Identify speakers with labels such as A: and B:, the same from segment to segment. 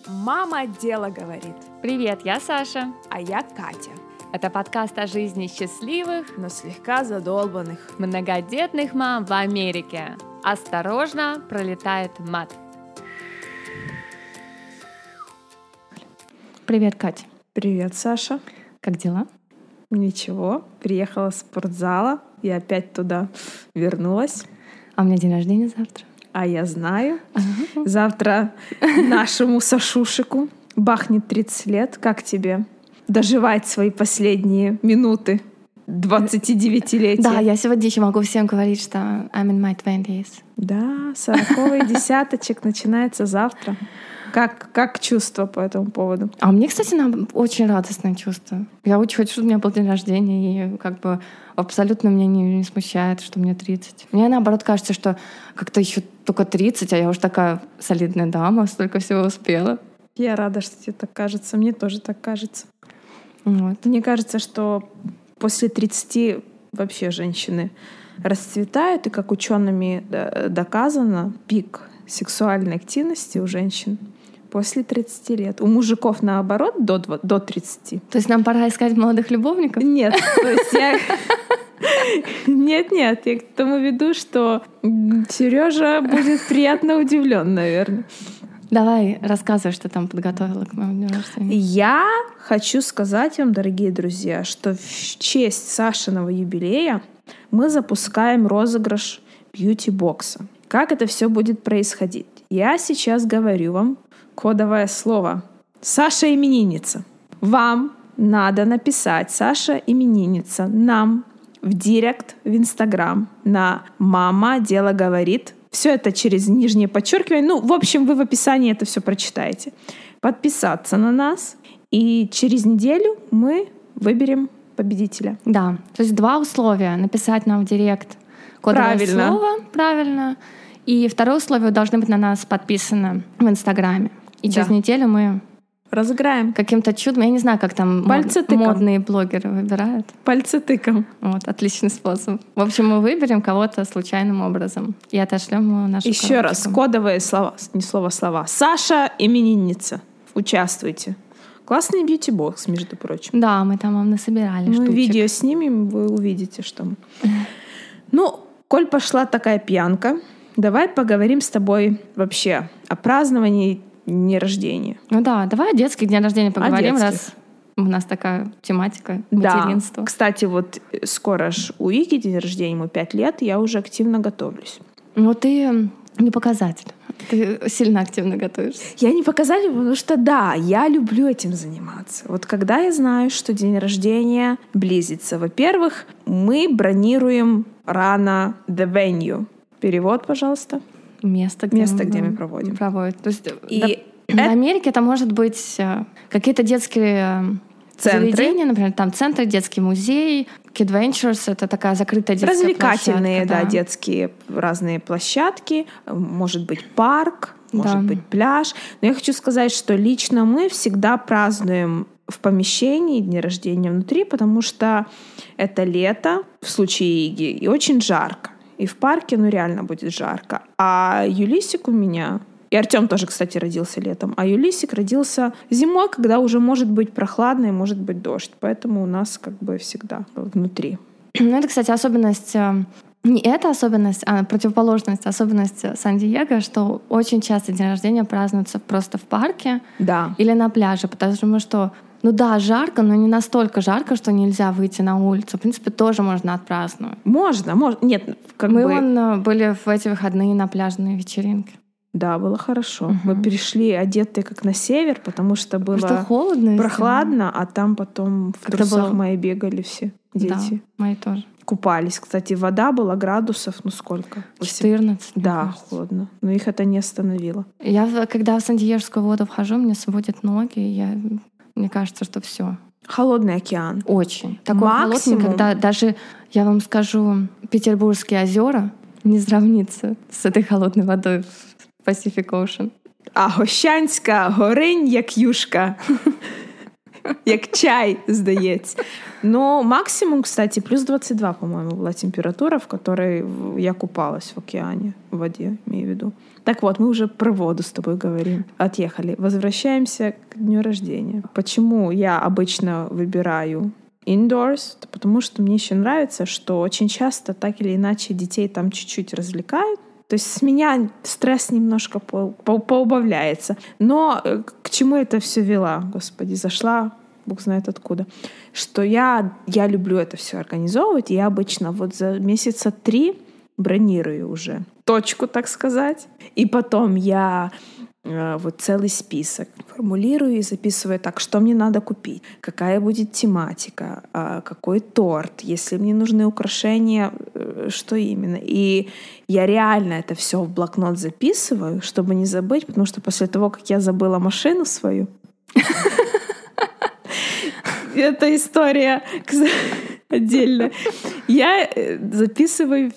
A: «Мама дело говорит».
B: Привет, я Саша.
A: А я Катя.
B: Это подкаст о жизни счастливых,
A: но слегка задолбанных
B: многодетных мам в Америке. Осторожно, пролетает мат. Привет, Катя.
A: Привет, Саша.
B: Как дела?
A: Ничего, приехала с спортзала, я опять туда вернулась.
B: А у меня день рождения завтра.
A: А я знаю. Завтра нашему Сашушику бахнет 30 лет. Как тебе доживать свои последние минуты 29-летия?
B: Да, я сегодня еще могу всем говорить, что I'm in my 20s.
A: Да, 40-й десяточек начинается завтра. Как чувство по этому поводу?
B: А мне, кстати, очень радостное чувство. Я очень хочу, чтобы у меня был день рождения, и как бы абсолютно меня не смущает, что мне 30. Мне, наоборот, кажется, что как-то еще только 30, а я уже такая солидная дама, столько всего успела.
A: Я рада, что тебе так кажется. Мне тоже так кажется.
B: Вот.
A: Мне кажется, что после 30 вообще женщины расцветают, и, как учеными доказано, пик сексуальной активности у женщин после 30 лет. У мужиков, наоборот, до 30.
B: То есть нам пора искать молодых любовников?
A: Нет. То есть я... Нет, я к тому веду, что Сережа будет приятно удивлен, наверное.
B: Давай, рассказывай, что там подготовила к моему дню рождения.
A: Я хочу сказать вам, дорогие друзья, что в честь Сашиного юбилея мы запускаем розыгрыш бьюти-бокса. Как это все будет происходить? Я сейчас говорю вам кодовое слово «Саша именинница». Вам надо написать «Саша именинница» нам в директ в Инстаграм на «Мама дело говорит». Все это через нижнее подчеркивание. В общем, вы в описании это все прочитаете. Подписаться на нас. И через неделю мы выберем победителя.
B: Да, то есть 2 условия. Написать нам в директ кодовое слово. Правильно. И второе условие, должны быть на нас подписаны в Инстаграме. И через неделю мы
A: разыграем.
B: Каким-то чудом. Я не знаю, как там модные блогеры выбирают.
A: Пальцетыком.
B: Вот, отличный способ. В общем, мы выберем кого-то случайным образом и отошлем ему нашу коробочку.
A: Еще раз, кодовые слова, не слова. Саша именинница. Участвуйте. Классный бьюти-бокс, между прочим.
B: Да, мы там вам насобирали штучек.
A: Видео снимем, вы увидите, что мы. Коль пошла такая пьянка, давай поговорим с тобой вообще о праздновании дня рождения.
B: Давай о детских днях рождения поговорим, раз у нас такая тематика материнства.
A: Да, кстати, вот скоро ж у Иги день рождения, ему 5 лет, я уже активно готовлюсь.
B: Ты не показатель. Ты сильно активно готовишься.
A: Я не показатель, потому что я люблю этим заниматься. Вот когда я знаю, что день рождения близится, во-первых, мы бронируем рано the venue. Перевод, пожалуйста.
B: Место, где мы
A: проводим.
B: То есть в Америке это может быть какие-то детские заведения, например, там центр, детский музей, Kid Ventures — это такая закрытая детская площадка.
A: Развлекательные, детские разные площадки. Может быть, парк, может быть, пляж. Но я хочу сказать, что лично мы всегда празднуем в помещении дни рождения внутри, потому что это лето, в случае Иги, и очень жарко. И в парке, реально будет жарко. А Юлисик у меня... И Артём тоже, кстати, родился летом. А Юлисик родился зимой, когда уже может быть прохладно и может быть дождь. Поэтому у нас как бы всегда внутри.
B: Это, кстати, особенность... Не эта особенность, а противоположность, особенность Сан-Диего, что очень часто день рождения празднуется просто в парке или на пляже. Потому что жарко, но не настолько жарко, что нельзя выйти на улицу. В принципе, тоже можно отпраздновать.
A: Можно. Нет,
B: Мы были в эти выходные на пляжной вечеринке.
A: Да, было хорошо. Мы перешли одетые как на север, потому что было
B: холодно,
A: прохладно, а там потом в трусах мои бегали все дети.
B: Да, мои тоже.
A: Купались. Кстати, вода была градусов, сколько?
B: 14.
A: Да, холодно. Но их это не остановило.
B: Я, когда в Сан-Диежскую воду вхожу, мне сводят ноги, и мне кажется, что все.
A: Холодный океан.
B: Очень. Такой холодный, когда даже, я вам скажу, Петербургские озера не сравнится с этой холодной водой в Pacific Ocean.
A: А Гощанська горинь, як юшка. Як чай, здається. Но максимум, кстати, плюс 22, по-моему, была температура, в которой я купалась в океане, в воде, имею в виду. Так вот, мы уже про воду с тобой говорим. Отъехали. Возвращаемся к дню рождения. Почему я обычно выбираю indoors? Потому что мне еще нравится, что очень часто так или иначе детей там чуть-чуть развлекают. То есть с меня стресс немножко поубавляется. Но к чему это все вела? Господи, зашла, Бог знает откуда. Что я люблю это все организовывать. И я обычно вот за месяца 3 бронирую уже точку, так сказать. И потом я вот целый список формулирую и записываю так, что мне надо купить, какая будет тематика, какой торт, если мне нужны украшения, что именно. И я реально это все в блокнот записываю, чтобы не забыть, потому что после того, как я забыла машину свою, эта история отдельно, я записываю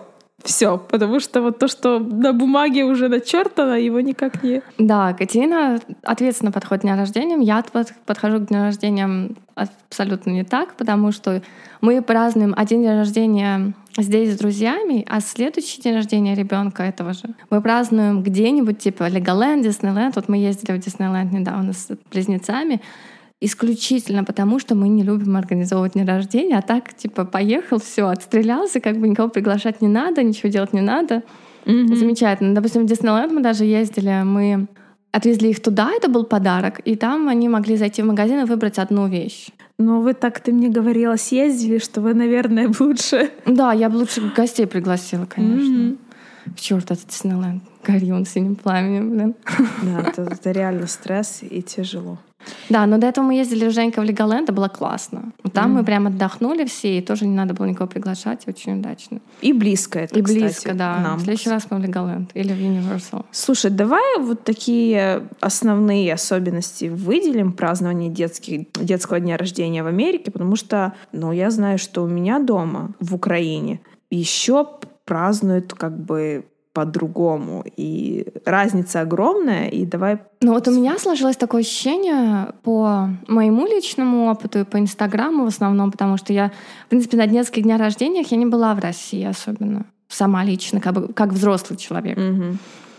A: все, потому что вот то, что на бумаге уже начертано, его никак не...
B: Да, Катерина ответственно подходит к дню рождения. Я подхожу к дню рождения абсолютно не так, потому что мы празднуем один день рождения здесь с друзьями, а следующий день рождения ребенка этого же мы празднуем где-нибудь типа Леголенд, Диснейленд. Вот мы ездили в Диснейленд недавно с близнецами, исключительно потому, что мы не любим организовывать день рождения, а так, типа, поехал, все, отстрелялся, как бы никого приглашать не надо, ничего делать не надо. Замечательно. Допустим, в Диснейленд мы даже ездили, мы отвезли их туда, это был подарок, и там они могли зайти в магазин и выбрать одну вещь.
A: Но вы так, ты мне говорила, съездили, что вы, наверное, лучше...
B: Да, я бы лучше гостей пригласила, конечно. Чёрт, этот Диснейленд, гори он синим пламенем, блин.
A: Да, это реально стресс и тяжело.
B: Да, но до этого мы ездили с Женькой в Леголенд, это было классно. Там мы прям отдохнули все, и тоже не надо было никого приглашать, очень удачно.
A: И близко это,
B: и
A: кстати,
B: близко, да.
A: нам.
B: В следующий раз мы в Леголенд или в Universal.
A: Слушай, давай вот такие основные особенности выделим празднования детского дня рождения в Америке, потому что, я знаю, что у меня дома в Украине еще празднуют как бы по-другому. И разница огромная. И давай...
B: Ну вот у меня сложилось такое ощущение по моему личному опыту и по Инстаграму в основном, потому что я, в принципе, на детских днях рождения я не была в России особенно. Сама лично, как взрослый человек.
A: Угу.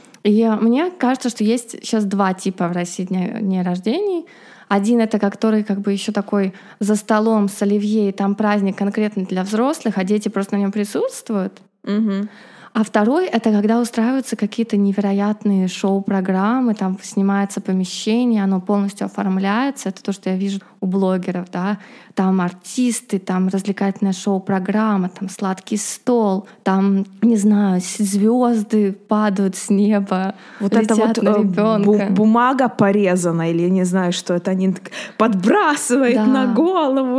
B: И мне кажется, что есть сейчас 2 типа в России дней рождений. Один — это который как бы еще такой за столом с оливье, и там праздник конкретно для взрослых, а дети просто на нем присутствуют.
A: Угу.
B: А второй — это когда устраиваются какие-то невероятные шоу-программы, там снимается помещение, оно полностью оформляется. Это то, что я вижу у блогеров, да. Там артисты, там развлекательная шоу-программа, там сладкий стол, там, не знаю, звезды падают с неба,
A: вот
B: летят
A: это вот
B: на ребенка.
A: Бумага порезана, или я не знаю, что это, они подбрасывают
B: Да.
A: на голову.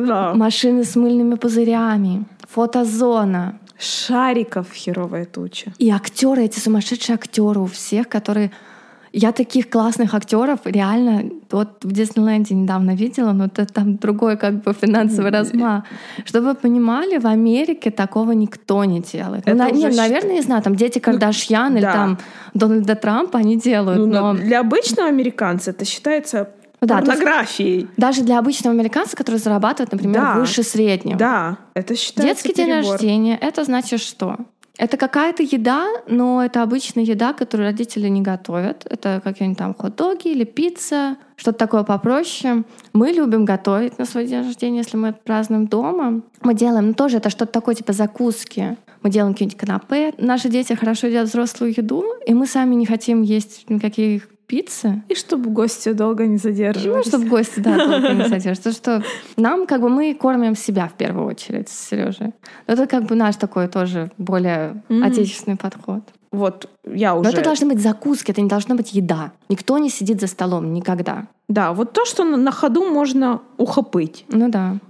B: Машины с мыльными пузырями, фотозона.
A: Шариков херовая туча.
B: И актеры, эти сумасшедшие актеры у всех, которые... Я таких классных актеров реально вот в Диснейленде недавно видела, но это там другой как бы финансовый размах. Чтобы вы понимали, в Америке такого никто не делает. Наверное, не знаю, там дети Кардашьян или там Дональда Трампа они делают. Но
A: для обычного американца это считается... порнографией.
B: Даже для обычного американца, который зарабатывает, например, выше среднего.
A: Да, это считается
B: детский день рождения — это значит что? Это какая-то еда, но это обычная еда, которую родители не готовят. Это какие-нибудь там хот-доги или пицца, что-то такое попроще. Мы любим готовить на свой день рождения, если мы празднуем дома. Мы делаем, тоже это что-то такое типа закуски. Мы делаем какие-нибудь канапе. Наши дети хорошо едят взрослую еду, и мы сами не хотим есть никаких пиццы.
A: И чтобы гости долго не задерживались.
B: Ну, чтобы гости, долго не задерживались. То, что нам, как бы, мы кормим себя в первую очередь с Сережей. Это как бы наш такой тоже более отечественный подход.
A: Вот я уже...
B: Но это должны быть закуски, это не должна быть еда. Никто не сидит за столом, никогда.
A: Да, вот то, что на ходу можно ухопыть.
B: Ну да.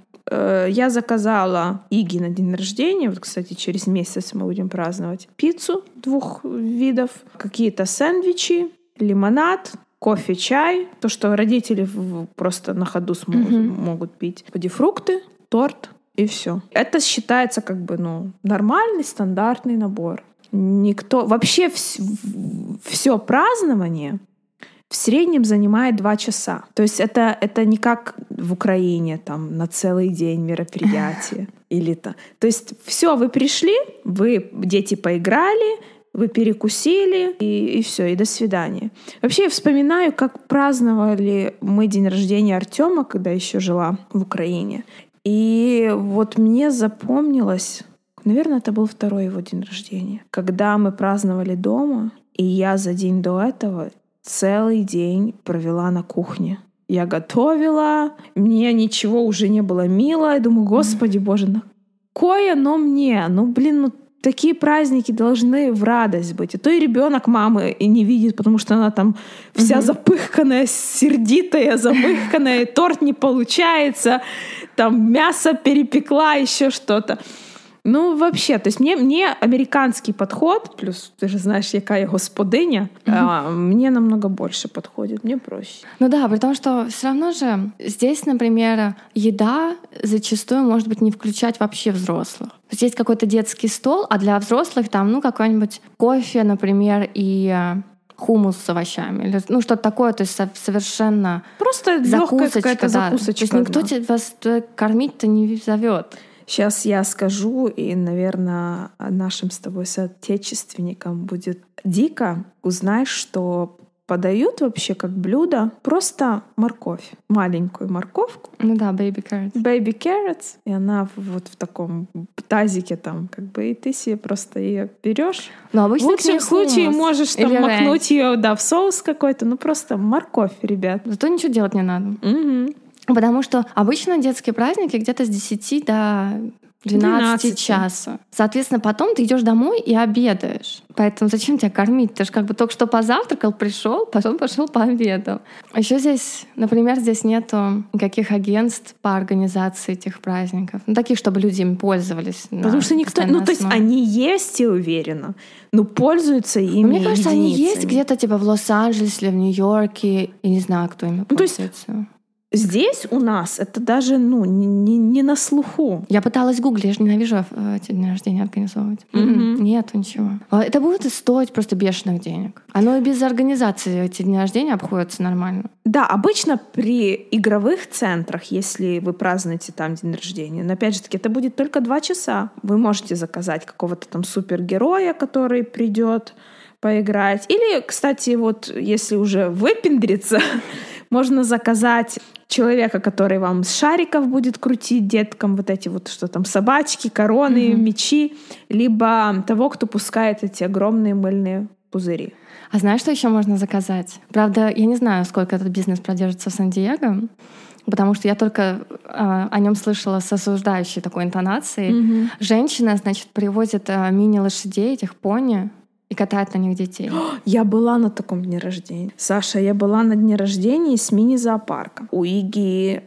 A: Я заказала Иги на день рождения. Вот, кстати, через месяц мы будем праздновать пиццу 2 видов, какие-то сэндвичи, лимонад, кофе, чай. То, что родители просто на ходу могут пить. Фрукты, торт и все. Это считается как бы нормальный, стандартный набор. Никто... Вообще все празднование в среднем занимает 2 часа. То есть это не как в Украине, там, на целый день мероприятие. То есть все, вы пришли, дети поиграли, вы перекусили, и все, и до свидания. Вообще я вспоминаю, как праздновали мы день рождения Артема, когда еще жила в Украине. И вот мне запомнилось, наверное, это был 2-й его день рождения, когда мы праздновали дома, и я за день до этого целый день провела на кухне. Я готовила, мне ничего уже не было мило. Я думаю, Господи Боже, на кое оно мне? Такие праздники должны в радость быть. А то и ребенок мамы и не видит, потому что она там вся запыхканная, сердитая, замыхканная, торт не получается, там мясо перепекла, еще что-то. Вообще, то есть мне американский подход, плюс ты же знаешь, какая я господиня, мне намного больше подходит, мне проще.
B: Да, при том, что все равно же здесь, например, еда зачастую может быть не включать вообще взрослых. То есть какой-то детский стол, а для взрослых там, какой-нибудь кофе, например, и хумус с овощами. Или, что-то такое, то есть совершенно
A: просто закусочка, какая-то закусочка.
B: То есть никто вас кормить-то не зовет.
A: Сейчас я скажу, и, наверное, нашим с тобой соотечественникам будет дико узнать, что подают вообще как блюдо просто морковь. Маленькую морковку.
B: Baby carrots.
A: Baby carrots. И она вот в таком тазике там, и ты себе просто ее берешь.
B: В лучшем
A: случае можешь там макнуть ее, в соус какой-то. Просто морковь, ребят.
B: Зато ничего делать не надо.
A: Угу.
B: Потому что обычно детские праздники где-то с 10 до 12 часа. Соответственно, потом ты идешь домой и обедаешь. Поэтому зачем тебя кормить? Ты же только что позавтракал, пришел, потом пошел пообедал. Еще здесь, например, нету никаких агентств по организации этих праздников. Таких, чтобы люди им пользовались.
A: Потому что никто... то есть они есть, я уверена. Пользуются ими
B: мне кажется,
A: единицами.
B: они есть где-то в Лос-Анджелесе или в Нью-Йорке. Я не знаю, кто ими пользуется.
A: Здесь у нас это даже не на слуху.
B: Я пыталась гуглить, я же ненавижу эти дни рождения организовывать. Нету ничего. Это будет стоить просто бешеных денег. Оно и без организации эти дни рождения обходятся нормально.
A: Да, обычно при игровых центрах, если вы празднуете там день рождения, но опять же таки это будет только 2 часа. Вы можете заказать какого-то там супергероя, который придет поиграть. Или, кстати, если уже выпендриться, можно заказать человека, который вам с шариков будет крутить деткам эти что там, собачки, короны, мечи, либо того, кто пускает эти огромные мыльные пузыри.
B: А знаешь, что еще можно заказать? Правда, я не знаю, сколько этот бизнес продержится в Сан-Диего, потому что я только о нем слышала с осуждающей такой интонацией. Женщина, привозит мини-лошадей, этих пони, и катает на них детей.
A: Я была на таком дне рождения. Саша, я была на дне рождения с мини-зоопарком. У Иги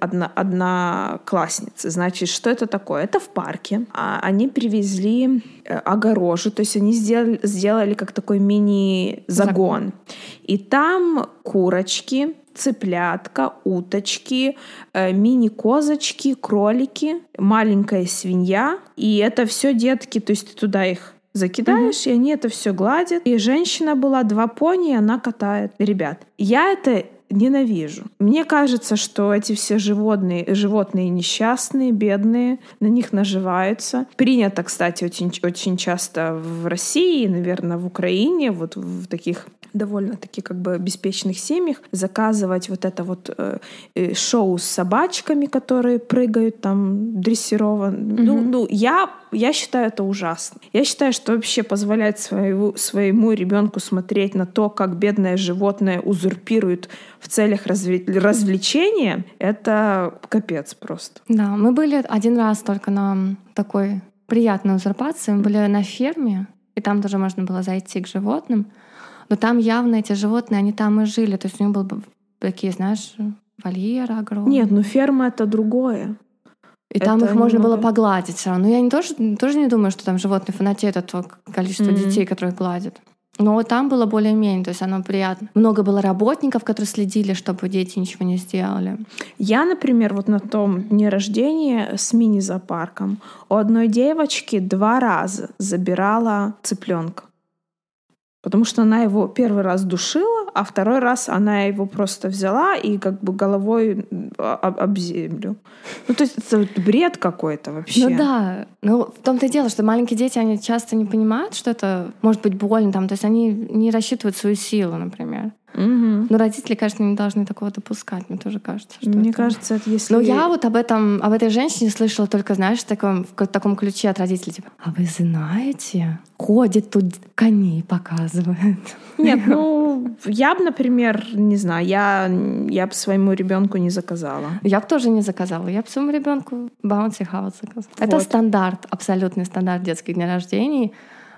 A: одна классница. Значит, что это такое? Это в парке. Они привезли огорожу, то есть они сделали как такой мини-загон. И там курочки, цыплятка, уточки, мини-козочки, кролики, маленькая свинья. И это все детки, то есть ты туда их закидаешь, и они это все гладят. И женщина была, 2 пони, и она катает. Ребят, я это ненавижу. Мне кажется, что эти все животные несчастные, бедные, на них наживаются. Принято, кстати, очень часто в России, наверное, в Украине, в таких довольно-таки беспечных семьях заказывать это шоу с собачками, которые прыгают там дрессированно. Я считаю это ужасно. Я считаю, что вообще позволять своему ребенку смотреть на то, как бедное животное узурпирует в целях развлечения, это капец просто.
B: Да, мы были один раз только на такой приятной узурпации. Мы были на ферме, и там тоже можно было зайти к животным. Но там явно эти животные, они там и жили. То есть у них были такие, знаешь, вольеры огромные.
A: Нет, ферма — это другое.
B: И там их можно было погладить все равно. Но я тоже не думаю, что там животные фанатеют от того количества детей, которые гладят. Но там было более-менее, то есть оно приятно. Много было работников, которые следили, чтобы дети ничего не сделали.
A: Я, например, на том дне рождения с мини-зоопарком у одной девочки 2 раза забирала цыпленка. Потому что она его первый раз душила, а второй раз она его просто взяла и как бы головой об землю. Ну, то есть это бред какой-то вообще.
B: Ну да. Ну, в том-то и дело, что маленькие дети, они часто не понимают, что это может быть больно. Там, то есть они не рассчитывают свою силу, например.
A: Угу.
B: Но родители, конечно, не должны такого допускать. Мне тоже кажется, что
A: Мне кажется, это если...
B: Но я вот об этой женщине слышала только, знаешь, в таком ключе от родителей. Типа, а вы знаете, ходит тут коней показывает.
A: Нет, ну, я бы, например, не знаю, я бы своему ребенку не заказала.
B: Я бы тоже не заказала. Я бы своему ребенку Bouncy House заказала. Вот. Это стандарт, абсолютный стандарт детских дней рождения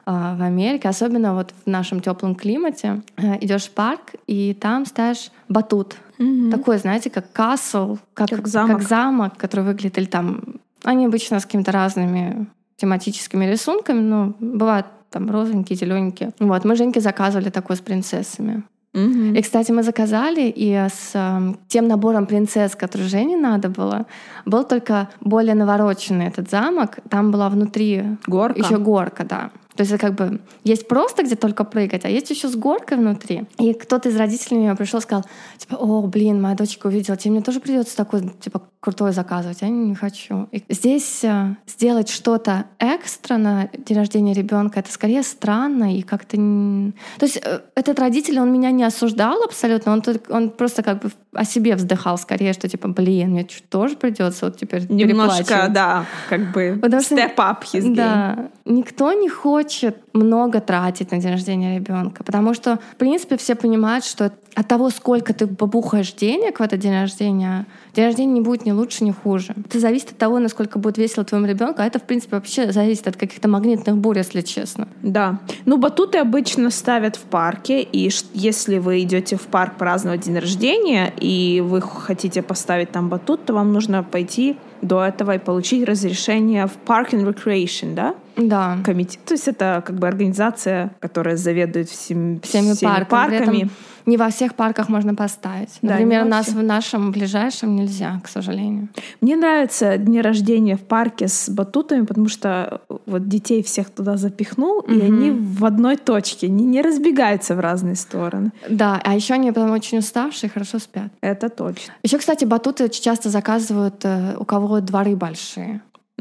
B: в Америке, особенно вот в нашем теплом климате. Идешь в парк, и там ставишь батут.
A: Угу.
B: Такой, знаете, как castle, как замок, который выглядит, или там... Они обычно с какими-то разными тематическими рисунками, но бывают там розовенькие, зелененькие. Вот, мы Женьке заказывали такой с принцессами.
A: Угу.
B: И, кстати, мы заказали, и с тем набором принцесс, который Жене надо было, был только более навороченный этот замок. Там была внутри еще горка, да. То есть это как бы есть просто где только прыгать, а есть еще с горкой внутри. И кто-то из родителей мне пришел и сказал, типа, о, блин, моя дочка увидела, тебе мне тоже придется такой, типа, крутой заказывать. Я не хочу. И здесь сделать что-то экстра на день рождения ребенка, это скорее странно и как-то... То есть этот родитель, он меня не осуждал абсолютно, он просто как бы о себе вздыхал скорее, что типа, блин, мне тоже придется вот теперь
A: немножко, да, как бы step up his game.
B: Да, никто не хочет много тратить на день рождения ребенка, потому что, в принципе, все понимают, что от того, сколько ты побухаешь денег в этот день рождения не будет ни лучше, ни хуже. Это зависит от того, насколько будет весело твоему ребенку, а это, в принципе, вообще зависит от каких-то магнитных бурь, если честно.
A: Да. Ну, батуты обычно ставят в парке, и если вы идете в парк праздновать день рождения, и вы хотите поставить там батут, то вам нужно пойти до этого и получить разрешение в Park and Recreation, да?
B: Да.
A: Комитет. То есть это как бы организация, которая заведует всеми
B: парками. Не во всех парках можно поставить. Например, в нашем ближайшем нельзя, к сожалению.
A: Мне нравятся дни рождения в парке с батутами, потому что вот детей всех туда запихнул, и они в одной точке, не разбегаются в разные стороны.
B: Да, а еще они потом очень уставшие и хорошо спят.
A: Это точно.
B: Еще, кстати, батуты очень часто заказывают у кого дворы большие.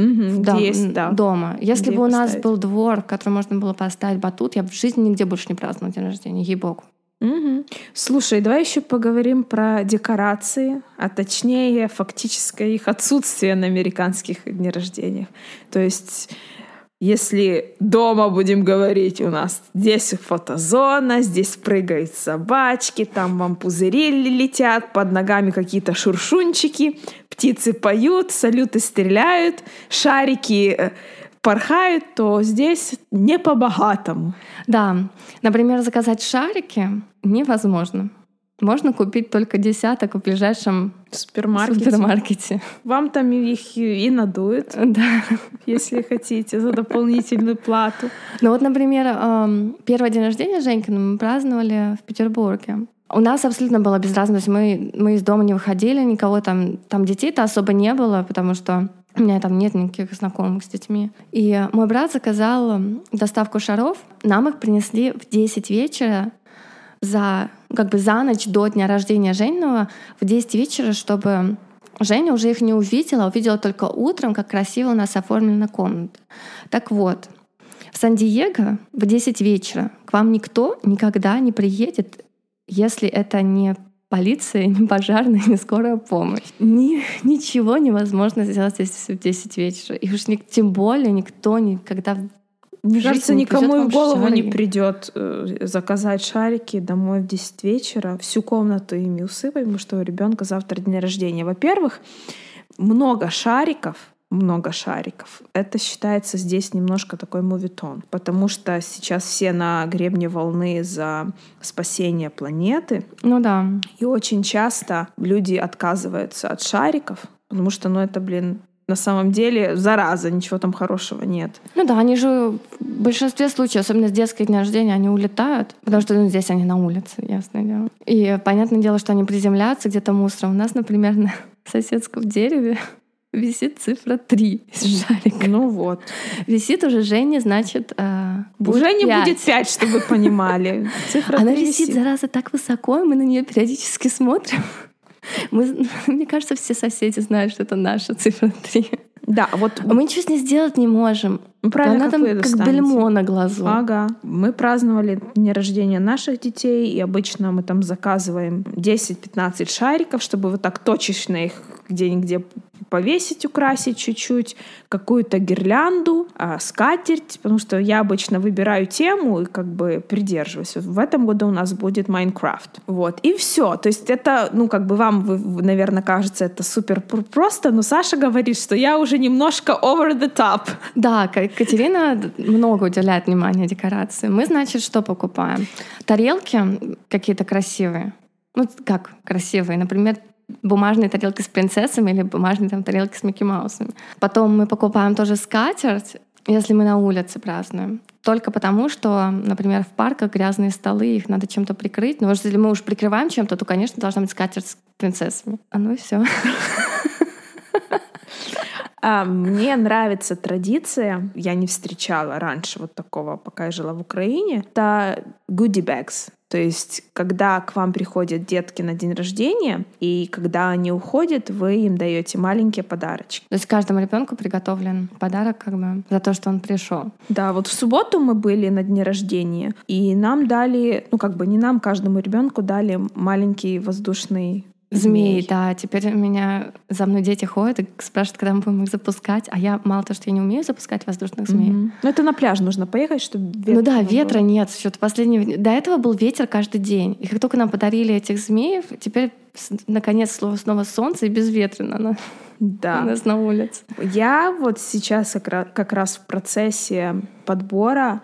B: Дома. Если бы у нас был двор, в котором можно было поставить батут, я бы в жизни нигде больше не праздновала день рождения, ей-богу.
A: Слушай, давай еще поговорим про декорации, а точнее фактическое их отсутствие на американских днях рождения. То есть, если дома будем говорить, у нас здесь фотозона, здесь прыгают собачки, там вам пузыри летят, под ногами какие-то шуршунчики, птицы поют, салюты стреляют, шарики порхают, то здесь не по-богатому.
B: Да, например, заказать шарики невозможно. Можно купить только десяток в ближайшем супермаркете.
A: Вам там их и надуют,
B: да.
A: Если хотите, за дополнительную плату.
B: Ну вот, например, первый день рождения Женькина мы праздновали в Петербурге. У нас абсолютно было без разницы. Мы из дома не выходили, никого там детей-то особо не было, потому что у меня там нет никаких знакомых с детьми. И мой брат заказал доставку шаров. Нам их принесли в 10 вечера за ночь до дня рождения Жениного, в 10 вечера, чтобы Женя уже их не увидела, увидела только утром, как красиво у нас оформлена комната. Так вот, в Сан-Диего в 10 вечера к вам никто никогда не приедет, если это не полиция, не пожарная, не скорая помощь. Ничего невозможно сделать здесь в 10 вечера. И уж тем более никто никогда...
A: Мне кажется, никому в голову не придет заказать шарики домой в 10 вечера, всю комнату ими усыпать, потому что у ребенка завтра день рождения. Во-первых, много шариков. Это считается здесь немножко такой моветон, потому что сейчас все на гребне волны за спасение планеты.
B: Ну да.
A: И очень часто люди отказываются от шариков, потому что, это, на самом деле зараза, ничего там хорошего нет.
B: Ну да, они же в большинстве случаев, особенно с детских дней рождения, они улетают, потому что здесь они на улице, ясное дело. И понятное дело, что они приземляются где-то мусором. У нас, например, на соседском дереве висит цифра 3 из шарика.
A: Ну вот.
B: Висит уже Жене, значит, будет
A: уже не
B: 5.
A: будет 5, чтобы вы понимали. Цифра 3
B: Она висит, зараза, так высоко, и мы на нее периодически смотрим. Мне кажется, все соседи знают, что это наша цифра 3.
A: Да, вот
B: мы ничего с ней сделать не можем.
A: Правильно,
B: она там как бельмо на глазу.
A: Ага. Мы праздновали день рождения наших детей, и обычно мы там заказываем 10-15 шариков, чтобы вот так точечно их где-нибудь повесить, украсить чуть-чуть, какую-то гирлянду, скатерть, потому что я обычно выбираю тему и как бы придерживаюсь. В этом году у нас будет Майнкрафт. Вот. И все. То есть это, как бы вам, наверное, кажется, это супер просто, но Саша говорит, что я уже немножко over the top.
B: Да, Катерина много уделяет внимания декорации. Мы, значит, что покупаем? Тарелки какие-то красивые. Как красивые? Например, бумажные тарелки с принцессами или бумажные тарелки с Микки Маусами. Потом мы покупаем тоже скатерть, если мы на улице празднуем. Только потому, что, например, в парках грязные столы, их надо чем-то прикрыть. Но если мы уж прикрываем чем-то, то, конечно, должна быть скатерть с принцессами. Ну и все.
A: Мне нравится традиция, я не встречала раньше вот такого, пока я жила в Украине, это goodie bags. То есть, когда к вам приходят детки на день рождения, и когда они уходят, вы им даете маленькие подарочки.
B: То есть каждому ребенку приготовлен подарок как бы за то, что он пришел.
A: Да, вот в субботу мы были на дне рождения, и нам дали, не нам, каждому ребенку дали маленький воздушный
B: змей, да. Теперь за мной дети ходят и спрашивают, когда мы будем их запускать. А я, мало того, что я не умею запускать воздушных змей.
A: Ну, это на пляж нужно поехать, чтобы ветра
B: ветра нет. До этого был ветер каждый день. И как только нам подарили этих змеев, теперь наконец снова солнце и безветренно у нас на улице.
A: Я вот сейчас как раз в процессе подбора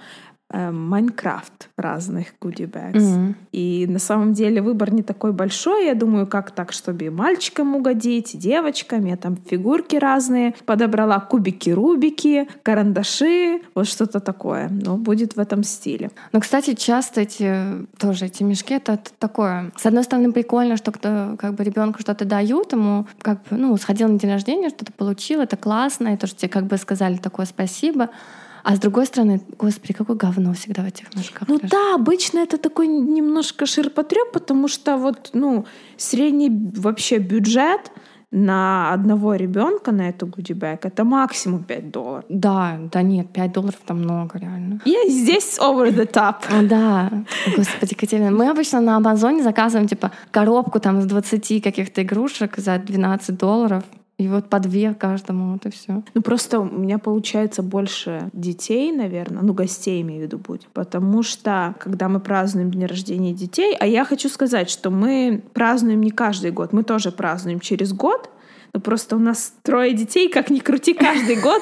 A: Майнкрафт разных goodie bags. И на самом деле выбор не такой большой. Я думаю, как так, чтобы и мальчикам угодить, и девочкам. Я там фигурки разные подобрала, кубики-рубики, карандаши, вот что-то такое. Но будет в этом стиле.
B: Но, кстати, часто эти мешки, это такое. С одной стороны, прикольно, что ребенку что-то дают, ему сходил на день рождения, что-то получил, это классно, и то, что тебе сказали такое спасибо. А с другой стороны, господи, какое говно всегда в этих мешках лежит.
A: Да, обычно это такой немножко ширпотреб, потому что средний вообще бюджет на одного ребенка на эту goodie-bag это максимум $5.
B: Да, нет, $5 там много реально.
A: Я здесь over the top.
B: Да, господи, Катерина, мы обычно на Амазоне заказываем коробку из 20 каких-то игрушек за $12. И по 2 каждому, и все.
A: Просто у меня получается больше детей, наверное, гостей имею в виду будет. Потому что, когда мы празднуем день рождения детей, а я хочу сказать, что мы празднуем не каждый год, мы тоже празднуем через год, но просто у нас 3 детей, как ни крути, каждый год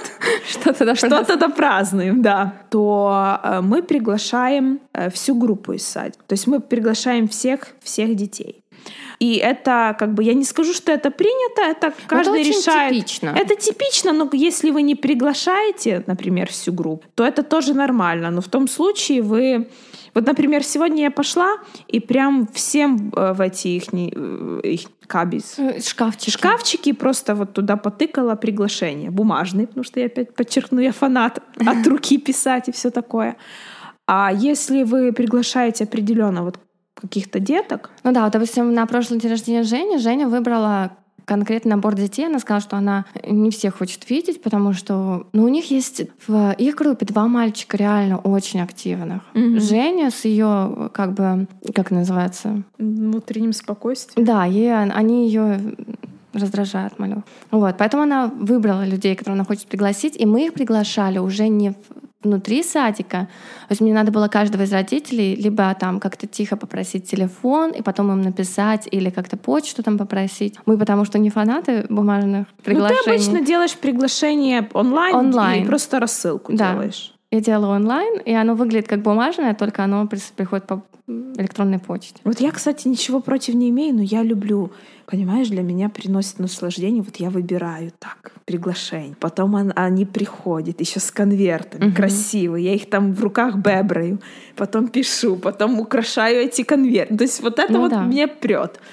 A: что-то празднуем, да. То мы приглашаем всю группу из садика. То есть мы приглашаем всех детей. И это я не скажу, что это принято, это каждый решает.
B: Это типично.
A: Это типично, но если вы не приглашаете, например, всю группу, то это тоже нормально. Но в том случае вы... например, сегодня я пошла и прям всем в эти их кабис, шкафчики просто туда потыкала приглашение. Бумажные, потому что я опять подчеркну, я фанат от руки писать и все такое. А если вы приглашаете определенно каких-то деток.
B: Допустим, на прошлый день рождения Женя выбрала конкретный набор детей. Она сказала, что она не всех хочет видеть, потому что у них есть в их группе 2 мальчика реально очень активных. Женя с ее, как называется?
A: Внутренним спокойствием.
B: Да, они ее раздражают, малю. Поэтому она выбрала людей, которых она хочет пригласить, и мы их приглашали уже не внутри садика. То есть мне надо было каждого из родителей либо как-то тихо попросить телефон и потом им написать, или как-то почту попросить. Мы потому что не фанаты бумажных приглашений.
A: Ты обычно делаешь приглашение онлайн. И просто рассылку делаешь.
B: Я делала онлайн, и оно выглядит как бумажное, только оно приходит по электронной почте.
A: Я, кстати, ничего против не имею, но я люблю. Понимаешь, для меня приносит наслаждение. Я выбираю приглашение. Потом они приходят еще с конвертами красивые. Я их в руках бебраю. Потом пишу, потом украшаю эти конверты. То есть это меня прет.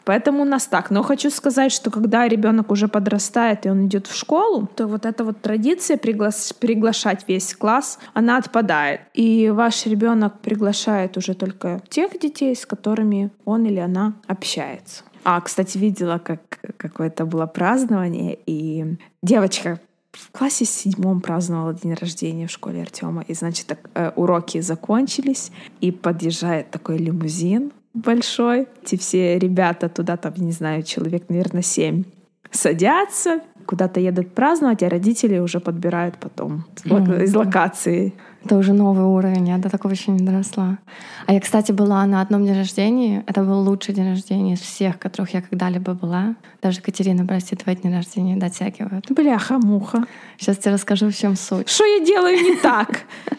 A: Поэтому у нас так. Но хочу сказать, что когда ребенок уже подрастает и он идет в школу, то вот эта вот традиция приглашать весь класс, она отпадает. И ваш ребенок приглашает уже только тех детей, с которыми он или она общается. Кстати, видела, как какое-то было празднование, и девочка в классе 7 праздновала день рождения в школе Артема. И, значит, уроки закончились, и подъезжает такой лимузин большой. Эти все ребята туда, там, не знаю, человек, наверное, 7, садятся, куда-то едут праздновать, а родители уже подбирают потом из локации.
B: Это уже новый уровень, я до такого еще не доросла. А я, кстати, была на одном дне рождения. Это был лучший день рождения из всех, которых я когда-либо была. Даже Катерина, прости, твои дни рождения дотягивают.
A: Бляха-муха.
B: Сейчас тебе расскажу, в чем суть.
A: Что я делаю не так?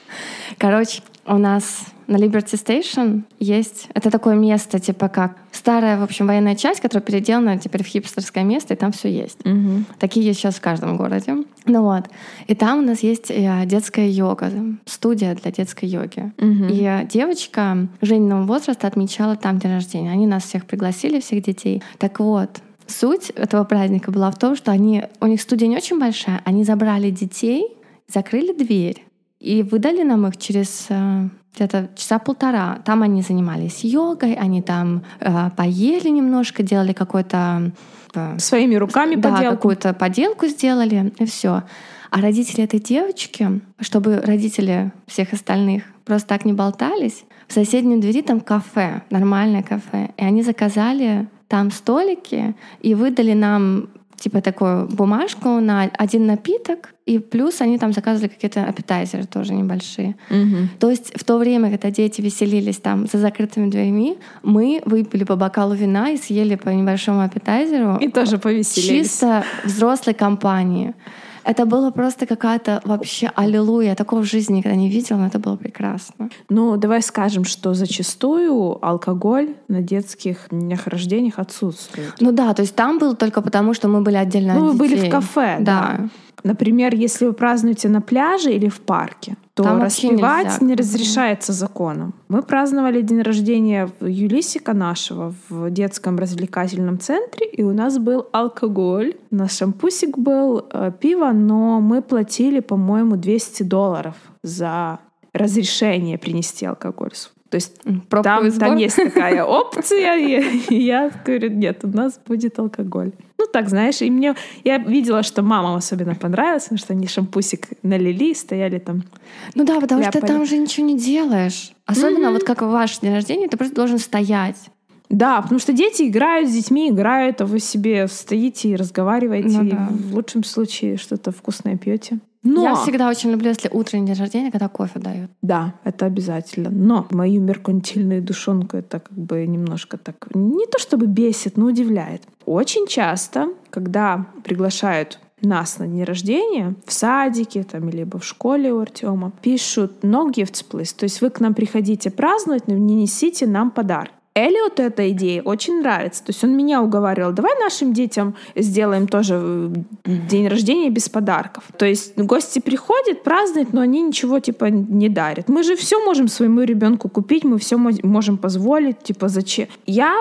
B: Короче, у нас на Liberty Station есть... Это такое место, типа как старая, в общем, военная часть, которая переделана теперь в хипстерское место, и там все есть.
A: Угу.
B: Такие есть сейчас в каждом городе. Ну вот. И там у нас есть детская йога, студия для детской йоги.
A: Угу.
B: И девочка Жениного возраста отмечала там день рождения. Они нас всех пригласили, всех детей. Так вот, суть этого праздника была в том, что у них студия не очень большая, они забрали детей, закрыли дверь и выдали нам их через где-то часа полтора. Там они занимались йогой, они там поели немножко, делали какой-то...
A: Своими руками поделку.
B: Да, какую-то поделку сделали, и все. А родители этой девочки, чтобы родители всех остальных просто так не болтались, в соседней двери там кафе, нормальное кафе. И они заказали там столики и выдали нам типа такую бумажку на один напиток, и плюс они там заказывали какие-то аппетайзеры тоже небольшие.
A: Угу.
B: То есть в то время, когда дети веселились там за закрытыми дверьми, мы выпили по бокалу вина и съели по небольшому аппетайзеру.
A: И тоже повеселились.
B: Чисто взрослой компании. Это было просто какая-то вообще аллилуйя. Я такого в жизни никогда не видела, но это было прекрасно.
A: Ну, давай скажем, что зачастую алкоголь на детских днях рождениях отсутствует.
B: Ну да, то есть там был только потому, что мы были отдельно от детей.
A: Вы были в кафе, да. Например, если вы празднуете на пляже или в парке, то там распивать не разрешается законом. Мы праздновали день рождения Юлисика нашего в детском развлекательном центре, и у нас был алкоголь. На шампусик был пиво, но мы платили, по-моему, $200 за разрешение принести алкоголь. То есть там есть такая опция, и я говорю, нет, у нас будет алкоголь. Ну так, знаешь, и я видела, что мамам особенно понравилось, потому что они шампусик налили, стояли там.
B: Ну да, потому что там же ничего не делаешь. Особенно вот как в ваш день рождения, ты просто должен стоять.
A: Да, потому что дети играют с детьми, играют, а вы себе стоите и разговариваете, и в лучшем случае что-то вкусное пьете. Но...
B: Я всегда очень люблю, если утренний день рождения, когда кофе дают.
A: Да, это обязательно. Но мою меркантильную душонку это как бы немножко так... Не то чтобы бесит, но удивляет. Очень часто, когда приглашают нас на день рождения в садике там, либо в школе у Артема, пишут «No gifts, please». То есть вы к нам приходите праздновать, но не несите нам подарок. Эллиоту эта идея очень нравится. То есть он меня уговаривал, давай нашим детям сделаем тоже день рождения без подарков. То есть гости приходят, празднуют, но они ничего типа не дарят. Мы же все можем своему ребенку купить, мы все можем позволить, типа зачем? Я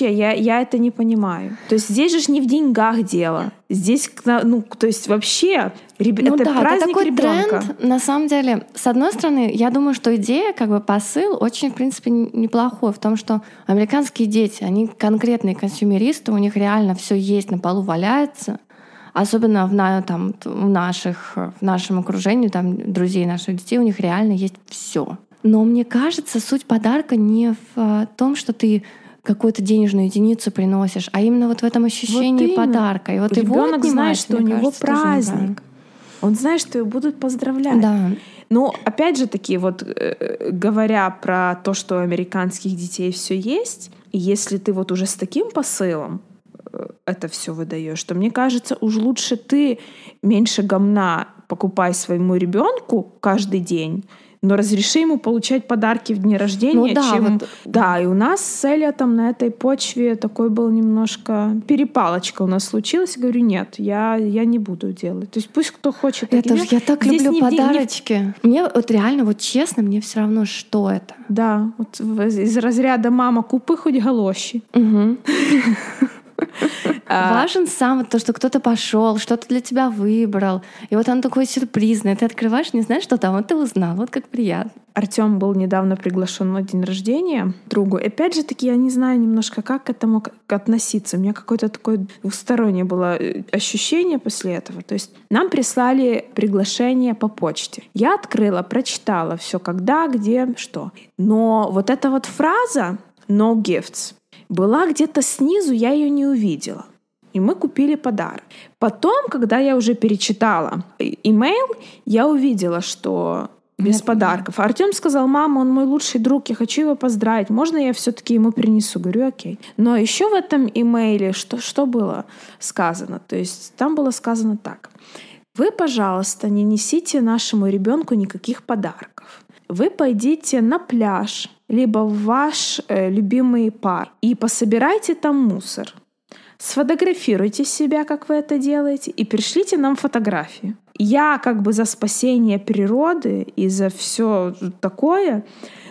A: это не понимаю. То есть здесь же не в деньгах дело. Здесь, ну, то есть вообще это праздник
B: это такой
A: ребенка.
B: Тренд, на самом деле, с одной стороны, я думаю, что идея, как бы посыл очень, в принципе, неплохой в том, что американские дети, они конкретные консюмеристы, у них реально все есть, на полу валяется. Особенно в нашем окружении, там, друзей наших детей, у них реально есть все. Но мне кажется, суть подарка не в том, что ты какую-то денежную единицу приносишь, а именно вот в этом ощущении подарка. И вот
A: ребенок знает, что у него
B: кажется,
A: праздник. Он знает, что его будут поздравлять.
B: Да.
A: Но опять же таки, вот говоря про то, что у американских детей все есть, и если ты вот уже с таким посылом это все выдаешь, то мне кажется, уж лучше ты меньше гомна покупай своему ребенку каждый день, но разреши ему получать подарки в дни рождения. Да, и у нас с Эллиотом на этой почве такой был немножко перепалочка у нас случилась. Я говорю, нет, я не буду делать. То есть пусть кто хочет.
B: Я так люблю подарочки. Мне вот реально, вот честно, мне все равно, что это.
A: Да, вот из разряда «мама, купи хоть галоши».
B: Важен сам то, что кто-то пошел, что-то для тебя выбрал. И вот он такой сюрпризный. Ты открываешь, не знаешь, что там, вот ты узнал. Вот как приятно.
A: Артём был недавно приглашен на день рождения другу. И опять же таки, я не знаю немножко, как к этому относиться. У меня какое-то такое двустороннее было ощущение после этого. То есть нам прислали приглашение по почте. Я открыла, прочитала все, когда, где, что. Но вот эта вот фраза «no gifts» была где-то снизу, я ее не увидела. И мы купили подарок. Потом, когда я уже перечитала имейл, я увидела, что без подарков. Артём сказал: мама, он мой лучший друг, я хочу его поздравить. Можно я все-таки ему принесу? Говорю, окей. Но еще в этом имейле что было сказано? То есть там было сказано так. Вы, пожалуйста, не несите нашему ребенку никаких подарков. Вы пойдите на пляж, либо в ваш любимый парк, и пособирайте там мусор. Сфотографируйте себя, как вы это делаете, и пришлите нам фотографии. Я как бы за спасение природы и за все такое,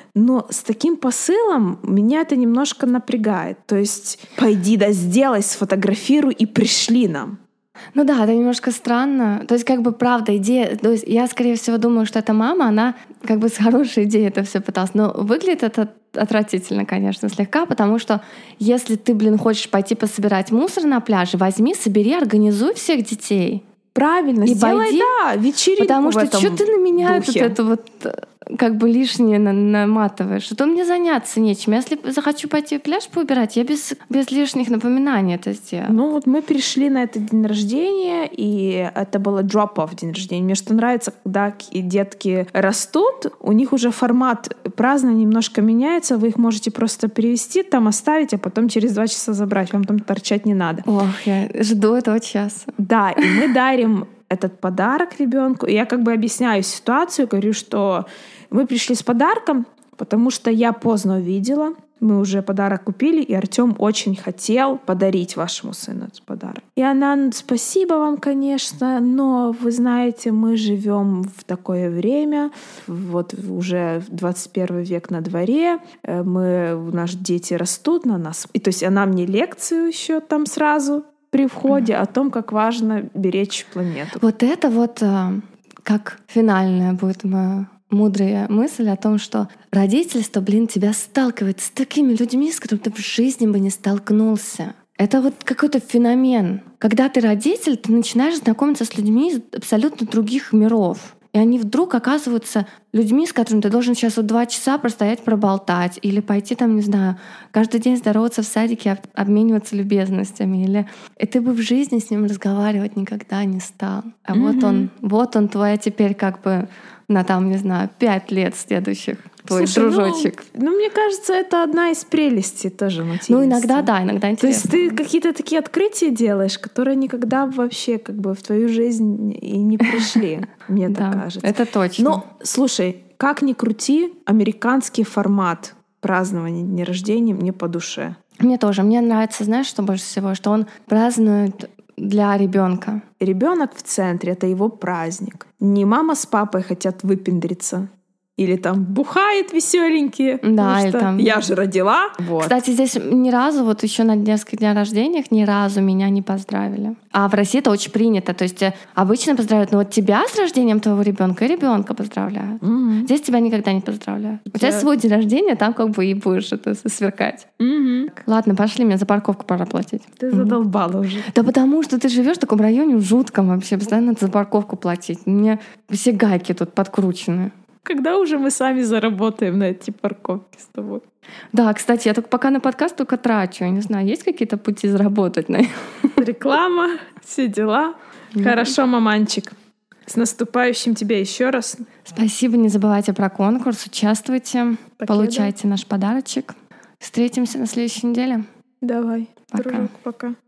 A: но с таким посылом меня это немножко напрягает. То есть пойди да сделай, сфотографируй и пришли нам.
B: Ну да, это немножко странно. То есть как бы правда идея... То есть я, скорее всего, думаю, что эта мама, она как бы с хорошей идеей это все пыталась. Но выглядит это отвратительно, конечно, слегка, потому что если ты, хочешь пойти пособирать мусор на пляже, возьми, собери, организуй всех детей.
A: Правильно,
B: и
A: сделай,
B: пойди,
A: да, вечеринку
B: потому что что ты на меня
A: духе.
B: это вот как бы лишнее наматываешь. А то мне заняться нечем. Если захочу пойти в пляж поубирать, я без лишних напоминаний это сделаю.
A: Ну вот мы пришли на этот день рождения, и это было drop-off день рождения. Мне что нравится, когда детки растут, у них уже формат празднования немножко меняется, вы их можете просто привезти, там оставить, а потом через 2 часа забрать, вам там торчать не надо.
B: Ох, я жду этого часа.
A: Да, и мы дарим этот подарок ребенку. И я как бы объясняю ситуацию, говорю, что мы пришли с подарком, потому что я поздно увидела, мы уже подарок купили, и Артём очень хотел подарить вашему сыну этот подарок. И она: спасибо вам, конечно, но вы знаете, мы живем в такое время, вот уже 21 век на дворе, наши дети растут на нас. И то есть она мне лекцию еще там сразу при входе о том, как важно беречь планету.
B: Вот это вот как финальная будет моя мудрая мысль о том, что родительство, тебя сталкивает с такими людьми, с которыми ты в жизни бы не столкнулся. Это вот какой-то феномен. Когда ты родитель, ты начинаешь знакомиться с людьми из абсолютно других миров. И они вдруг оказываются людьми, с которыми ты должен сейчас 2 часа простоять, проболтать, или пойти там, не знаю, каждый день здороваться в садике, обмениваться любезностями. И ты бы в жизни с ним разговаривать никогда не стал. А вот он твоя теперь как бы на 5 лет следующих. Твой дружочек.
A: Мне кажется, это одна из прелестей тоже материнства.
B: Иногда интересно.
A: То есть ты какие-то такие открытия делаешь, которые никогда вообще как бы в твою жизнь и не пришли, мне так кажется.
B: Это точно.
A: Но, слушай, как ни крути, американский формат празднования дня рождения мне по душе.
B: Мне тоже. Мне нравится, знаешь, что больше всего? Что он празднует для ребенка.
A: Ребенок в центре, это его праздник. Не мама с папой хотят выпендриться. Или там бухает веселенькие.
B: Да, или там...
A: Я же родила. Вот.
B: Кстати, здесь ни разу, вот еще на нескольких днях рождения, ни разу меня не поздравили. А в России это очень принято. То есть обычно поздравляют, но вот тебя с рождением твоего ребенка и ребенка поздравляют.
A: Mm-hmm.
B: Здесь тебя никогда не поздравляют. У тебя свой день рождения, там как бы и будешь это сверкать.
A: Mm-hmm.
B: Ладно, пошли, мне за парковку пора платить.
A: Ты задолбала уже.
B: Да потому что ты живешь в таком районе жутком вообще, постоянно за парковку платить. У меня все гайки тут подкручены.
A: Когда уже мы сами заработаем на эти парковки с тобой?
B: Да, кстати, я только пока на подкаст только трачу. Я не знаю, есть какие-то пути заработать на
A: реклама, все дела. Хорошо, маманчик. С наступающим тебя еще раз.
B: Спасибо, не забывайте про конкурс, участвуйте, получайте наш подарочек. Встретимся на следующей неделе.
A: Давай,
B: пока.
A: Дружок, пока.